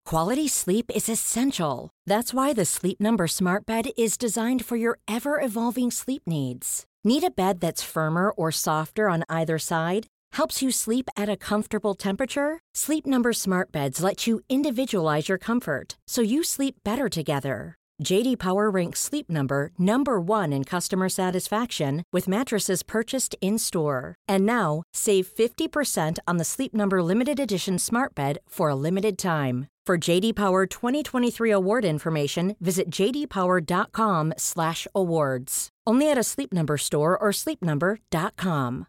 Quality sleep is essential. That's why the Sleep Number Smart Bed is designed for your ever-evolving sleep needs. Need a bed that's firmer or softer on either side? Helps you sleep at a comfortable temperature? Sleep Number Smart Beds let you individualize your comfort, so you sleep better together. J.D. Power ranks Sleep Number number 1 in customer satisfaction with mattresses purchased in-store. And now, save 50% on the Sleep Number Limited Edition Smart Bed for a limited time. For J.D. Power 2023 award information, visit jdpower.com/awards. Only at a Sleep Number store or sleepnumber.com.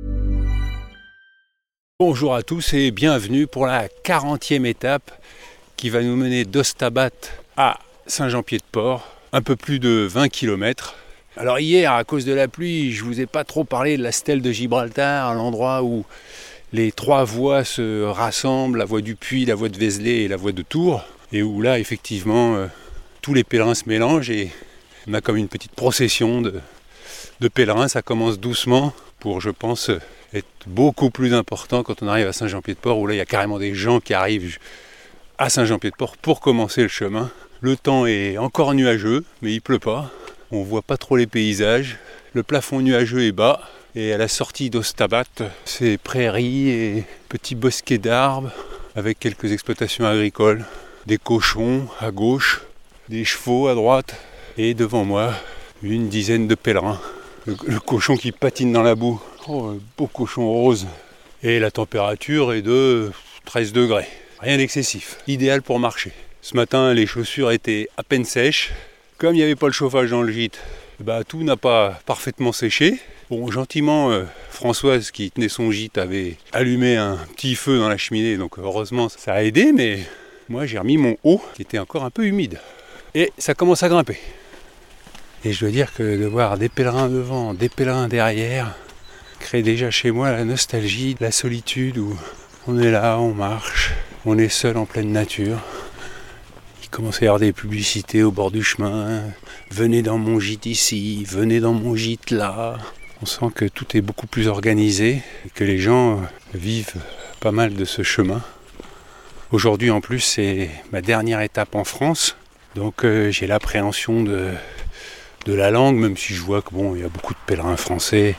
Bonjour à tous et bienvenue pour la 40e étape qui va nous mener d'Ostabat à Saint-Jean-Pied-de-Port, un peu plus de 20 km. Alors hier, à cause de la pluie, je vous ai pas trop parlé de la stèle de Gibraltar, l'endroit où les trois voies se rassemblent, la voie du Puy, la voie de Vézelay et la voie de Tours, et où là, effectivement, tous les pèlerins se mélangent et on a comme une petite procession de pèlerins. Ça commence doucement pour, je pense, être beaucoup plus important quand on arrive à Saint-Jean-Pied-de-Port, où là, il y a carrément des gens qui arrivent à Saint-Jean-Pied-de-Port pour commencer le chemin. Le temps est encore nuageux, mais il pleut pas. On voit pas trop les paysages. Le plafond nuageux est bas. Et à la sortie d'Ostabat, c'est prairies et petits bosquets d'arbres avec quelques exploitations agricoles. Des cochons à gauche, des chevaux à droite. Et devant moi, une dizaine de pèlerins. Le cochon qui patine dans la boue. Oh, un beau cochon rose. Et la température est de 13 degrés. Rien d'excessif. Idéal pour marcher. Ce matin, les chaussures étaient à peine sèches. Comme il n'y avait pas le chauffage dans le gîte, tout n'a pas parfaitement séché. Bon, gentiment, Françoise, qui tenait son gîte, avait allumé un petit feu dans la cheminée. Donc heureusement, ça a aidé. Mais moi, j'ai remis mon haut, qui était encore un peu humide. Et ça commence à grimper. Et je dois dire que de voir des pèlerins devant, des pèlerins derrière, crée déjà chez moi la nostalgie, la solitude où on est là, on marche, on est seul en pleine nature. Il commence à y avoir des publicités au bord du chemin. Venez dans mon gîte ici, venez dans mon gîte là. On sent que tout est beaucoup plus organisé et que les gens vivent pas mal de ce chemin. Aujourd'hui en plus c'est ma dernière étape en France. Donc j'ai l'appréhension de la langue, même si je vois que il y a beaucoup de pèlerins français.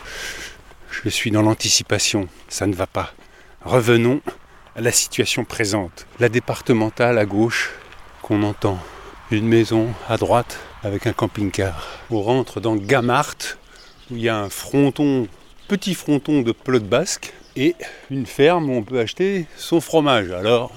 Je suis dans l'anticipation, ça ne va pas. Revenons à la situation présente. La départementale à gauche, qu'on entend. Une maison à droite avec un camping-car. On rentre dans Gamart, où il y a un petit fronton de pelote basque et une ferme où on peut acheter son fromage. Alors.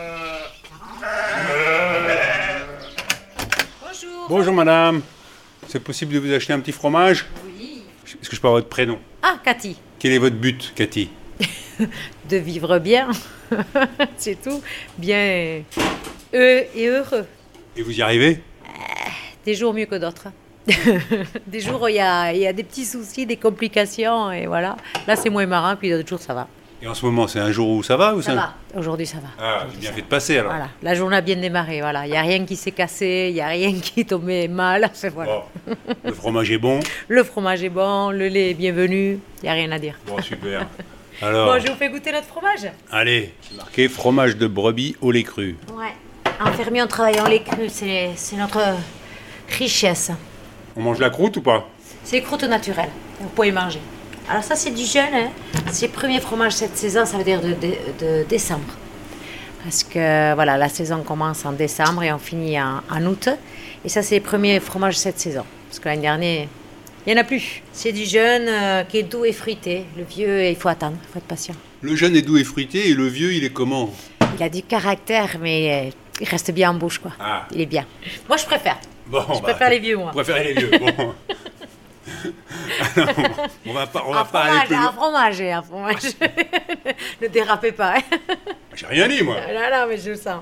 Bonjour madame. C'est possible de vous acheter un petit fromage ? Oui. Est-ce que je peux avoir votre prénom ? Ah, Cathy. Quel est votre but, Cathy ? De vivre bien. C'est tout. Bien et heureux. Et vous y arrivez ? Des jours mieux que d'autres. Des jours où il y a des petits soucis, des complications, et voilà. Là, c'est moins marrant, puis d'autres jours, ça va. Et en ce moment, c'est un jour où ça va ou ça va. Aujourd'hui, ça va. Ah, j'ai bien fait de passer alors. Voilà, la journée a bien démarré, voilà. Il n'y a rien qui s'est cassé, il n'y a rien qui est tombé mal. Enfin, voilà. Bon. Le fromage est bon ? Le fromage est bon, le lait est bienvenu, il n'y a rien à dire. Bon, super. Alors, bon, je vous fais goûter notre fromage. Allez, c'est marqué fromage de brebis au lait cru. Ouais. En fermier, on travaille en lait cru, c'est notre richesse. On mange la croûte ou pas ? C'est croûte naturelle, vous pouvez manger. Alors ça, c'est du jeune, hein. C'est le premier fromage cette saison, ça veut dire de décembre. Parce que voilà, la saison commence en décembre et on finit en août. Et ça, c'est le premier fromage cette saison. Parce que l'année dernière, il n'y en a plus. C'est du jeune qui est doux et fruité. Le vieux, il faut attendre, il faut être patient. Le jeune est doux et fruité et le vieux, il est comment ? Il a du caractère, mais il reste bien en bouche, quoi. Ah. Il est bien. Moi, je préfère. Bon, je préfère les vieux, moi. Vous préférez les vieux, bon. Alors, on va pas aller plus loin. Un fromage. Ne dérapez pas. Hein. J'ai rien dit, moi. Non, mais je le sens.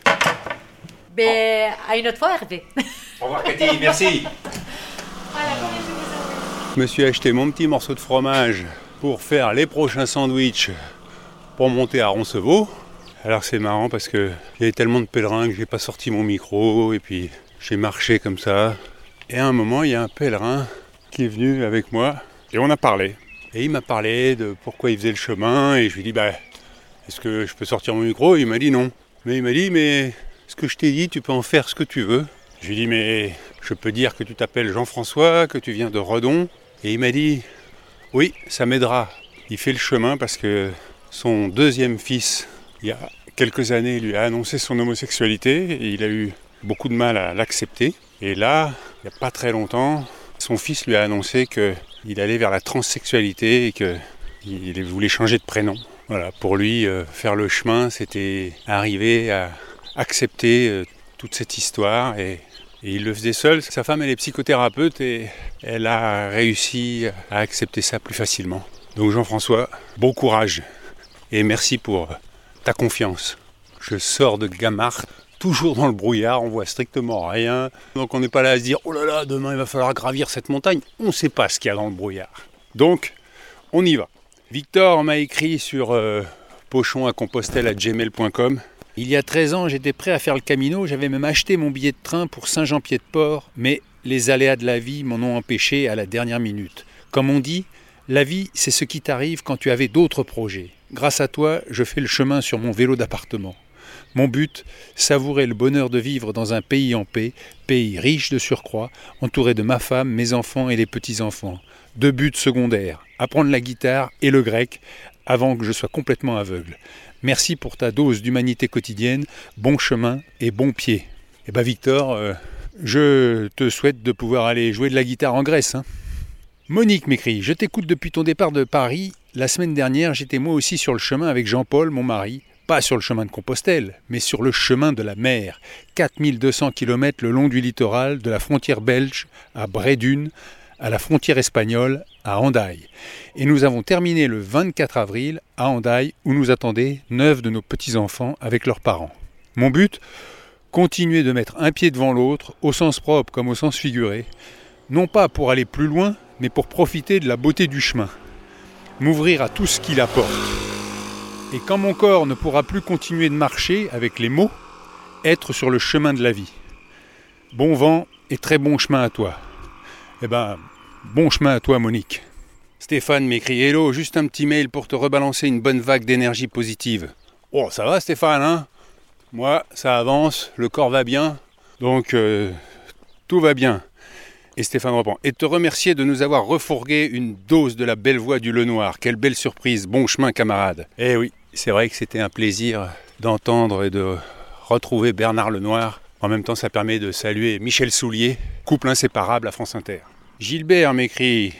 Mais à une autre fois, Hervé. Au revoir, Cathy, merci. Je me suis acheté mon petit morceau de fromage pour faire les prochains sandwichs pour monter à Roncevaux. Alors c'est marrant parce qu'il y avait tellement de pèlerins que j'ai pas sorti mon micro et puis j'ai marché comme ça. Et à un moment, il y a un pèlerin qui est venu avec moi et on a parlé. Et il m'a parlé de pourquoi il faisait le chemin et je lui ai dit est-ce que je peux sortir mon micro ? Et il m'a dit non. Mais il m'a dit, mais ce que je t'ai dit, tu peux en faire ce que tu veux. Je lui ai dit, mais je peux dire que tu t'appelles Jean-François, que tu viens de Redon. Et il m'a dit, oui, ça m'aidera. Il fait le chemin parce que son deuxième fils, il y a quelques années, lui a annoncé son homosexualité et il a eu beaucoup de mal à l'accepter. Et là, il n'y a pas très longtemps, son fils lui a annoncé qu'il allait vers la transsexualité et qu'il voulait changer de prénom. Voilà, pour lui, faire le chemin, c'était arriver à accepter toute cette histoire et il le faisait seul. Sa femme, elle est psychothérapeute et elle a réussi à accepter ça plus facilement. Donc Jean-François, bon courage et merci pour ta confiance. Je sors de Gamart, toujours dans le brouillard, on voit strictement rien. Donc on n'est pas là à se dire « Oh là là, demain il va falloir gravir cette montagne ». On ne sait pas ce qu'il y a dans le brouillard. Donc, on y va. Victor m'a écrit sur pochon@compostelle@gmail.com. Il y a 13 ans, j'étais prêt à faire le Camino, j'avais même acheté mon billet de train pour Saint-Jean-Pied-de-Port, mais les aléas de la vie m'en ont empêché à la dernière minute. Comme on dit, la vie, c'est ce qui t'arrive quand tu avais d'autres projets. Grâce à toi, je fais le chemin sur mon vélo d'appartement. Mon but, savourer le bonheur de vivre dans un pays en paix, pays riche de surcroît, entouré de ma femme, mes enfants et les petits-enfants. 2 buts secondaires, apprendre la guitare et le grec avant que je sois complètement aveugle. Merci pour ta dose d'humanité quotidienne, bon chemin et bon pied. Eh bien Victor, je te souhaite de pouvoir aller jouer de la guitare en Grèce. Monique m'écrit, je t'écoute depuis ton départ de Paris. La semaine dernière, j'étais moi aussi sur le chemin avec Jean-Paul, mon mari. Pas sur le chemin de Compostelle, mais sur le chemin de la mer. 4200 km le long du littoral, de la frontière belge à Brédune, à la frontière espagnole, à Hendaye. Et nous avons terminé le 24 avril à Hendaye, où nous attendaient 9 de nos petits-enfants avec leurs parents. Mon but, continuer de mettre un pied devant l'autre, au sens propre comme au sens figuré, non pas pour aller plus loin, mais pour profiter de la beauté du chemin. M'ouvrir à tout ce qu'il apporte. Et quand mon corps ne pourra plus continuer de marcher avec les mots, être sur le chemin de la vie. Bon vent et très bon chemin à toi. Eh ben, bon chemin à toi Monique. Stéphane m'écrit « Hello, juste un petit mail pour te rebalancer une bonne vague d'énergie positive. » Oh, ça va Stéphane, hein? Moi, ça avance, le corps va bien, donc tout va bien. Et Stéphane reprend. Et te remercier de nous avoir refourgué une dose de la belle voix du Lenoir. Quelle belle surprise, bon chemin camarade. Eh oui, c'est vrai que c'était un plaisir d'entendre et de retrouver Bernard Lenoir. En même temps, ça permet de saluer Michel Soulier, couple inséparable à France Inter. Gilbert m'écrit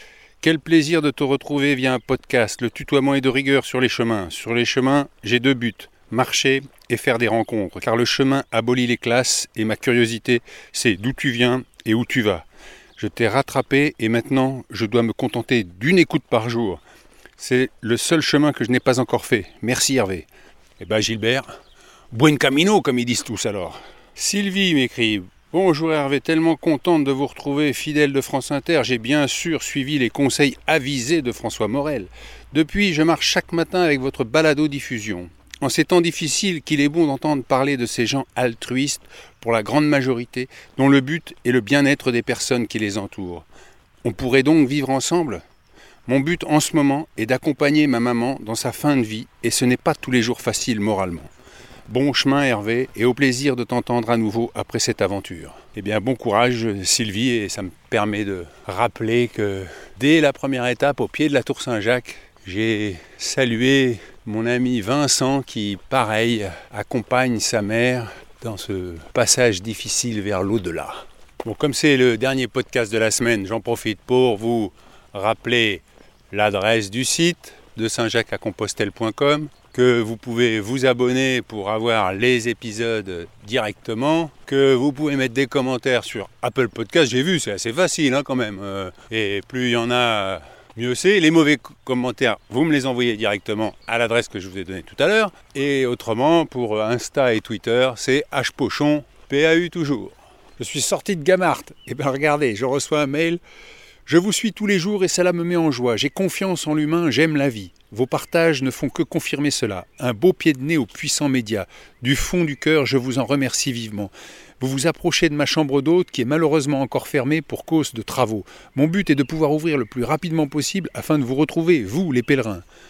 « Quel plaisir de te retrouver via un podcast. Le tutoiement est de rigueur sur les chemins. Sur les chemins, j'ai 2 buts. Marcher et faire des rencontres. Car le chemin abolit les classes et ma curiosité, c'est d'où tu viens et où tu vas. Je t'ai rattrapé et maintenant, je dois me contenter d'une écoute par jour. C'est le seul chemin que je n'ai pas encore fait. Merci Hervé. » Eh bien Gilbert, buen camino comme ils disent tous alors. Sylvie m'écrit « Bonjour Hervé, tellement contente de vous retrouver, fidèle de France Inter. J'ai bien sûr suivi les conseils avisés de François Morel. Depuis, je marche chaque matin avec votre balado-diffusion. En ces temps difficiles, qu'il est bon d'entendre parler de ces gens altruistes, pour la grande majorité, dont le but est le bien-être des personnes qui les entourent. On pourrait donc vivre ensemble ? Mon but en ce moment est d'accompagner ma maman dans sa fin de vie, et ce n'est pas tous les jours facile moralement. Bon chemin Hervé, et au plaisir de t'entendre à nouveau après cette aventure. Eh bien bon courage Sylvie, et ça me permet de rappeler que dès la première étape, au pied de la Tour Saint-Jacques, j'ai salué mon ami Vincent qui, pareil, accompagne sa mère dans ce passage difficile vers l'au-delà. Bon, comme c'est le dernier podcast de la semaine, j'en profite pour vous rappeler l'adresse du site de saintjacques-à-compostelle.com, que vous pouvez vous abonner pour avoir les épisodes directement, que vous pouvez mettre des commentaires sur Apple Podcast, j'ai vu, c'est assez facile quand même, et plus il y en a, mieux c'est. Les mauvais commentaires, vous me les envoyez directement à l'adresse que je vous ai donnée tout à l'heure, et autrement, pour Insta et Twitter, c'est hpochon, PAU toujours. Je suis sorti de Gamart, et bien regardez, je reçois un mail. Je vous suis tous les jours et cela me met en joie. J'ai confiance en l'humain, j'aime la vie. Vos partages ne font que confirmer cela. Un beau pied de nez aux puissants médias. Du fond du cœur, je vous en remercie vivement. Vous vous approchez de ma chambre d'hôte qui est malheureusement encore fermée pour cause de travaux. Mon but est de pouvoir ouvrir le plus rapidement possible afin de vous retrouver, vous les pèlerins.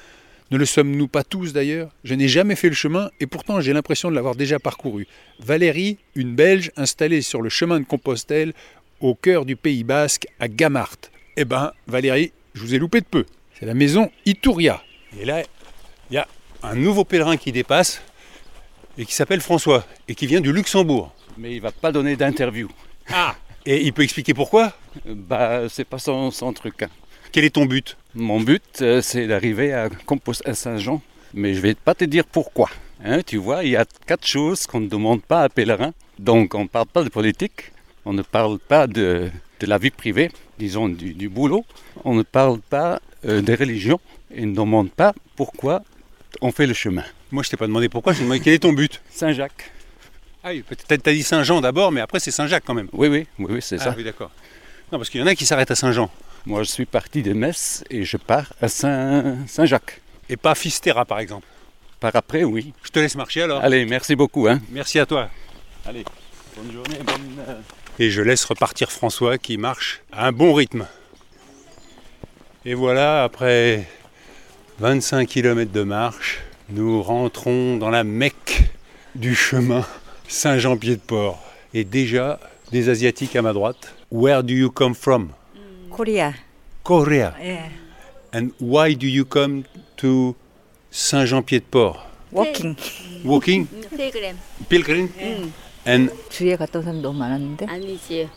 Ne le sommes-nous pas tous d'ailleurs? Je n'ai jamais fait le chemin et pourtant j'ai l'impression de l'avoir déjà parcouru. Valérie, une Belge installée sur le chemin de Compostelle au cœur du Pays Basque, à Gamart. Eh ben, Valérie, je vous ai loupé de peu. C'est la maison Iturria. Et là, il y a un nouveau pèlerin qui dépasse et qui s'appelle François et qui vient du Luxembourg. Mais il ne va pas donner d'interview. Ah! Et il peut expliquer pourquoi? C'est pas son truc. Hein. Quel est ton but? Mon but, c'est d'arriver à Saint-Jean. Mais je ne vais pas te dire pourquoi. Hein, tu vois, il y a 4 choses qu'on ne demande pas à un pèlerin. Donc, on ne parle pas de politique. On ne parle pas de la vie privée, disons du boulot. On ne parle pas des religions. Et ne demande pas pourquoi on fait le chemin. Moi, je t'ai pas demandé pourquoi, je t'ai demandé quel est ton but. Saint-Jacques. Ah oui, peut-être t'as dit Saint-Jean d'abord, mais après c'est Saint-Jacques quand même. Oui, c'est ça. Ah oui, d'accord. Non, parce qu'il y en a qui s'arrêtent à Saint-Jean. Moi, je suis parti de Metz et je pars à Saint-Jacques. Et pas Fisterra, par exemple. Par après, oui. Je te laisse marcher alors. Allez, merci beaucoup. Hein. Merci à toi. Allez, bonne journée. Et je laisse repartir François qui marche à un bon rythme. Et voilà, après 25 km de marche, nous rentrons dans la Mecque du chemin Saint-Jean-Pied-de-Port. Et déjà, des Asiatiques à ma droite. Where do you come from? Korea. Korea. Yeah. And why do you come to Saint-Jean-Pied-de-Port? Walking. Walking? 필그램. Pilgrim? And 주위에 갔다 온 사람 너무 많았는데. 아니지.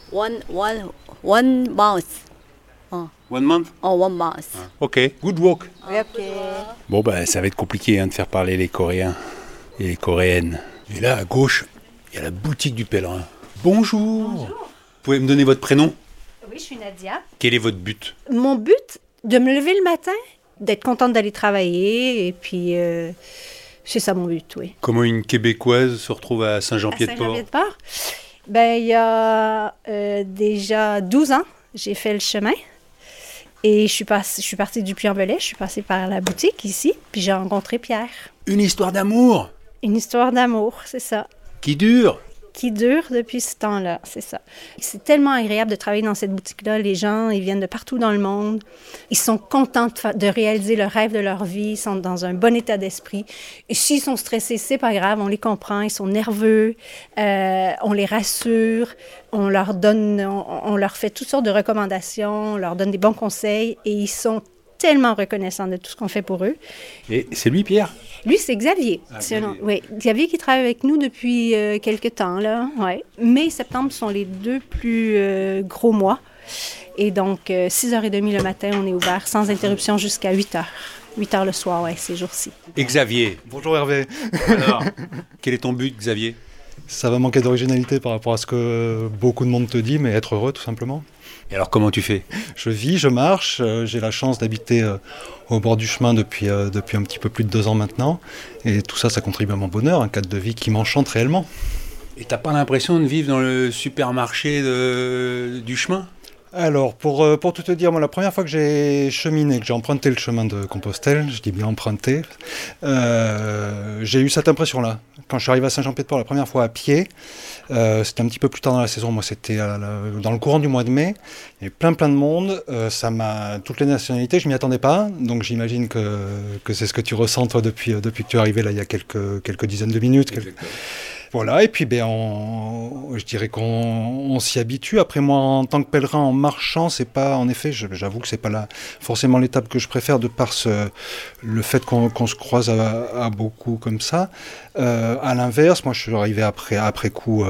one month. one month? one month. Ok, good walk. 이렇게. Bon ben ça va être compliqué de faire parler les Coréens et les Coréennes. Et là à gauche, il y a la boutique du pèlerin. Bonjour. Bonjour. Vous pouvez me donner votre prénom? Oui, je suis Nadia. Quel est votre but? Mon but, de me lever le matin, d'être contente d'aller travailler, et puis c'est ça mon but, oui. Comment une Québécoise se retrouve à Saint-Jean-Pied-de-Port? Saint-Jean-Pied-de-Port? Ben, il y a déjà 12 ans, j'ai fait le chemin. Et je suis partie du Puy-en-Velay, je suis passée par la boutique ici, puis j'ai rencontré Pierre. Une histoire d'amour? Une histoire d'amour, c'est ça. Qui dure? Qui dure depuis ce temps-là, c'est ça. C'est tellement agréable de travailler dans cette boutique-là. Les gens, ils viennent de partout dans le monde. Ils sont contents de réaliser le rêve de leur vie. Ils sont dans un bon état d'esprit. Et s'ils sont stressés, c'est pas grave, on les comprend. Ils sont nerveux, on les rassure, on leur fait toutes sortes de recommandations, on leur donne des bons conseils et ils sont tellement reconnaissants de tout ce qu'on fait pour eux. Et c'est lui, Pierre? Lui, c'est Xavier. Oui, Xavier qui travaille avec nous depuis quelques temps, là. Ouais. Mai et septembre sont les 2 plus gros mois. Et donc, 6h30 le matin, on est ouvert sans interruption jusqu'à 8h. 8h le soir, ouais, ces jours-ci. Et Xavier? Bonjour Hervé. Alors, quel est ton but, Xavier? Ça va manquer d'originalité par rapport à ce que beaucoup de monde te dit, mais être heureux, tout simplement. Et alors, comment tu fais? Je vis, je marche. J'ai la chance d'habiter au bord du chemin depuis un petit peu plus de 2 ans maintenant. Et tout ça, ça contribue à mon bonheur, un cadre de vie qui m'enchante réellement. Et t'as pas l'impression de vivre dans le supermarché du chemin? Alors, pour tout te dire, moi, la première fois que j'ai cheminé, que j'ai emprunté le chemin de Compostelle, je dis bien emprunté, j'ai eu cette impression-là. Quand je suis arrivé à Saint-Jean-Pied-de-Port la première fois à pied, c'était un petit peu plus tard dans la saison, moi c'était dans le courant du mois de mai, il y avait plein de monde, toutes les nationalités, je m'y attendais pas, donc j'imagine que c'est ce que tu ressens toi depuis que tu es arrivé là il y a quelques dizaines de minutes. Voilà, et puis je dirais qu'on s'y habitue. Après moi, en tant que pèlerin, en marchant, c'est pas, en effet, j'avoue que c'est pas forcément l'étape que je préfère de par le fait qu'on se croise à beaucoup comme ça. À l'inverse, moi je suis arrivé après coup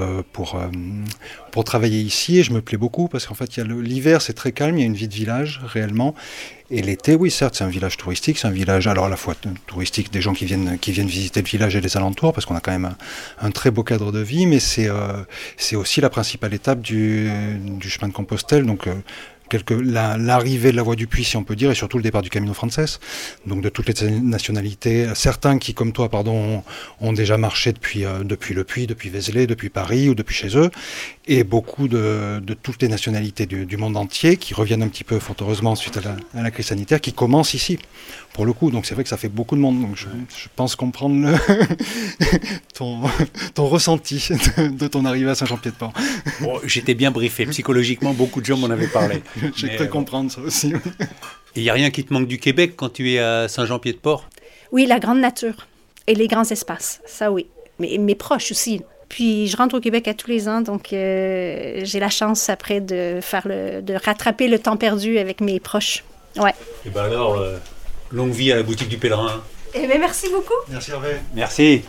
pour travailler ici et je me plais beaucoup parce qu'en fait l'hiver c'est très calme, il y a une vie de village réellement. Et l'été, oui, certes, c'est un village touristique, c'est un village alors à la fois touristique, des gens qui viennent visiter le village et les alentours, parce qu'on a quand même un très beau cadre de vie, mais c'est aussi la principale étape du chemin de Compostelle, donc l'arrivée de la voie du Puy, si on peut dire, et surtout le départ du Camino Frances, donc de toutes les nationalités, certains qui, comme toi, ont déjà marché depuis le Puy, depuis Vézelay, depuis Paris ou depuis chez eux, et beaucoup de toutes les nationalités du monde entier qui reviennent un petit peu, fort heureusement, suite à la crise sanitaire, qui commencent ici, pour le coup. Donc c'est vrai que ça fait beaucoup de monde, donc je pense comprendre ton ressenti de ton arrivée à Saint-Jean-Pied-de-Port. Bon, j'étais bien briefé, psychologiquement, beaucoup de gens m'en avaient parlé. J'ai cru comprendre ça aussi. Il n'y a rien qui te manque du Québec quand tu es à Saint-Jean-Pied-de-Port? Oui, la grande nature et les grands espaces, ça oui. Mais mes proches aussi. Puis je rentre au Québec à tous les ans, donc j'ai la chance après de rattraper le temps perdu avec mes proches. Ouais. Et ben alors, longue vie à la boutique du Pèlerin. Eh bien, merci beaucoup. Merci Hervé. Merci.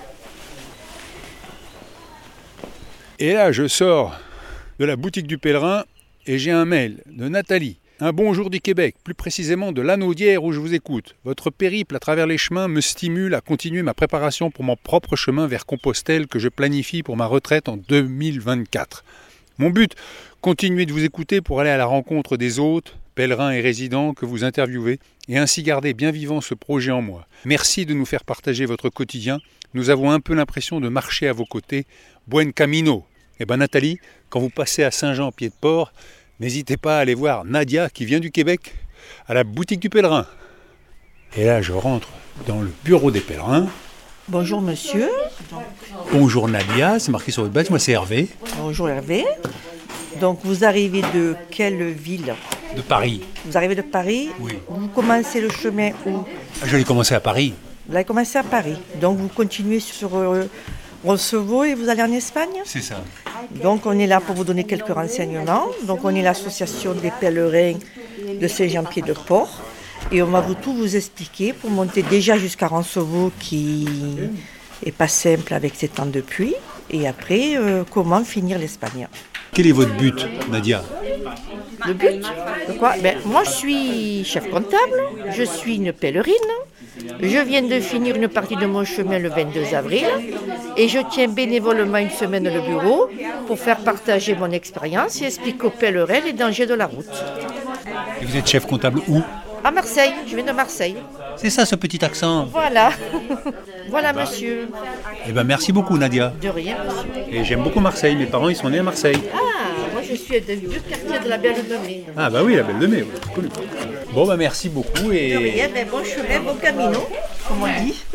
Et là, je sors de la boutique du Pèlerin et j'ai un mail de Nathalie. Un bonjour du Québec, plus précisément de Lanaudière où je vous écoute. Votre périple à travers les chemins me stimule à continuer ma préparation pour mon propre chemin vers Compostelle que je planifie pour ma retraite en 2024. Mon but, continuer de vous écouter pour aller à la rencontre des hôtes, pèlerins et résidents que vous interviewez et ainsi garder bien vivant ce projet en moi. Merci de nous faire partager votre quotidien. Nous avons un peu l'impression de marcher à vos côtés. Buen camino. Eh bien Nathalie, quand vous passez à Saint-Jean-Pied-de-Port, n'hésitez pas à aller voir Nadia qui vient du Québec à la boutique du Pèlerin. Et là, je rentre dans le bureau des pèlerins. Bonjour monsieur. Bonjour Nadia, c'est marqué sur votre badge, moi c'est Hervé. Bonjour Hervé. Donc vous arrivez de quelle ville? De Paris. Vous arrivez de Paris? Oui. Vous commencez le chemin où? Je l'ai commencé à Paris. Vous avez commencé à Paris. Donc vous continuez sur Roncevaux et vous allez en Espagne? C'est ça. Donc on est là pour vous donner quelques renseignements. Donc on est l'association des pèlerins de Saint-Jean-Pied-de-Port. Et on va tout vous expliquer pour monter déjà jusqu'à Roncevaux qui n'est pas simple avec ces temps de pluie. Et après, comment finir l'Espagne. Quel est votre but, Nadia? Le but de quoi? Moi, je suis chef comptable, je suis une pèlerine, je viens de finir une partie de mon chemin le 22 avril et je tiens bénévolement une semaine le bureau pour faire partager mon expérience et expliquer aux pèlerins les dangers de la route. Et vous êtes chef comptable où? À Marseille, je viens de Marseille. C'est ça ce petit accent. Voilà, voilà monsieur. Eh ben merci beaucoup Nadia. De rien monsieur. Et j'aime beaucoup Marseille, mes parents ils sont nés à Marseille. Moi je suis du quartier de la Belle de Mai. Ah bah oui, la Belle de Mai, oui. Bon bah merci beaucoup et... De rien, bon chemin, bon camino, comme on dit.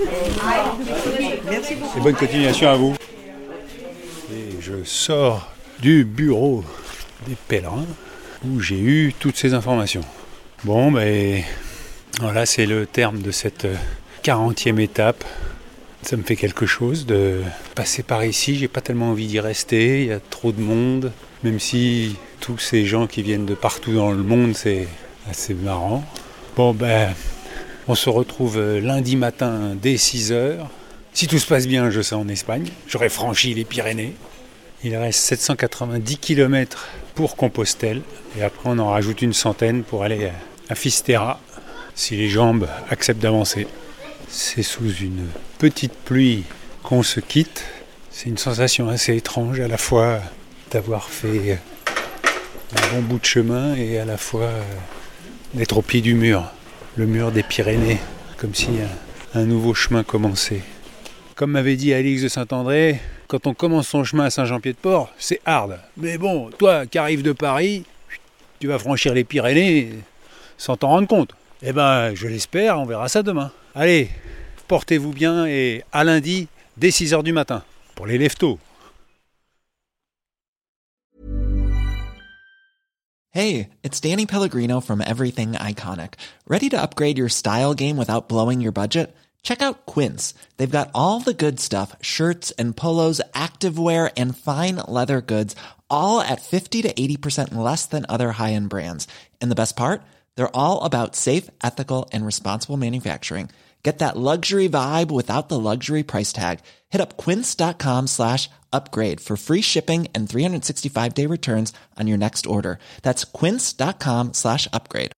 Merci beaucoup. Et bonne continuation à vous. Et je sors du bureau des pèlerins où j'ai eu toutes ces informations. Bon ben voilà, c'est le terme de cette 40e étape. Ça me fait quelque chose de passer par ici, j'ai pas tellement envie d'y rester, il y a trop de monde, même si tous ces gens qui viennent de partout dans le monde, c'est assez marrant. Bon ben, on se retrouve lundi matin dès 6h. Si tout se passe bien, je serai en Espagne, j'aurai franchi les Pyrénées. Il reste 790 km pour Compostelle, et après on en rajoute une centaine pour aller à Fisterra, si les jambes acceptent d'avancer. C'est sous une petite pluie qu'on se quitte. C'est une sensation assez étrange à la fois d'avoir fait un bon bout de chemin et à la fois d'être au pied du mur, le mur des Pyrénées, comme si un nouveau chemin commençait. Comme m'avait dit Alix de Saint-André, quand on commence son chemin à Saint-Jean-Pied-de-Port, c'est hard. Mais bon, toi qui arrives de Paris, tu vas franchir les Pyrénées sans t'en rendre compte. Eh ben, je l'espère, on verra ça demain. Allez, portez-vous bien et à lundi, dès 6h du matin, pour les lève-tôt. Hey, it's Danny Pellegrino from Everything Iconic. Ready to upgrade your style game without blowing your budget? Check out Quince. They've got all the good stuff, shirts and polos, activewear, and fine leather goods, all at 50 to 80% less than other high-end brands. And the best part? They're all about safe, ethical, and responsible manufacturing. Get that luxury vibe without the luxury price tag. Hit up quince.com/upgrade for free shipping and 365-day returns on your next order. That's quince.com/upgrade.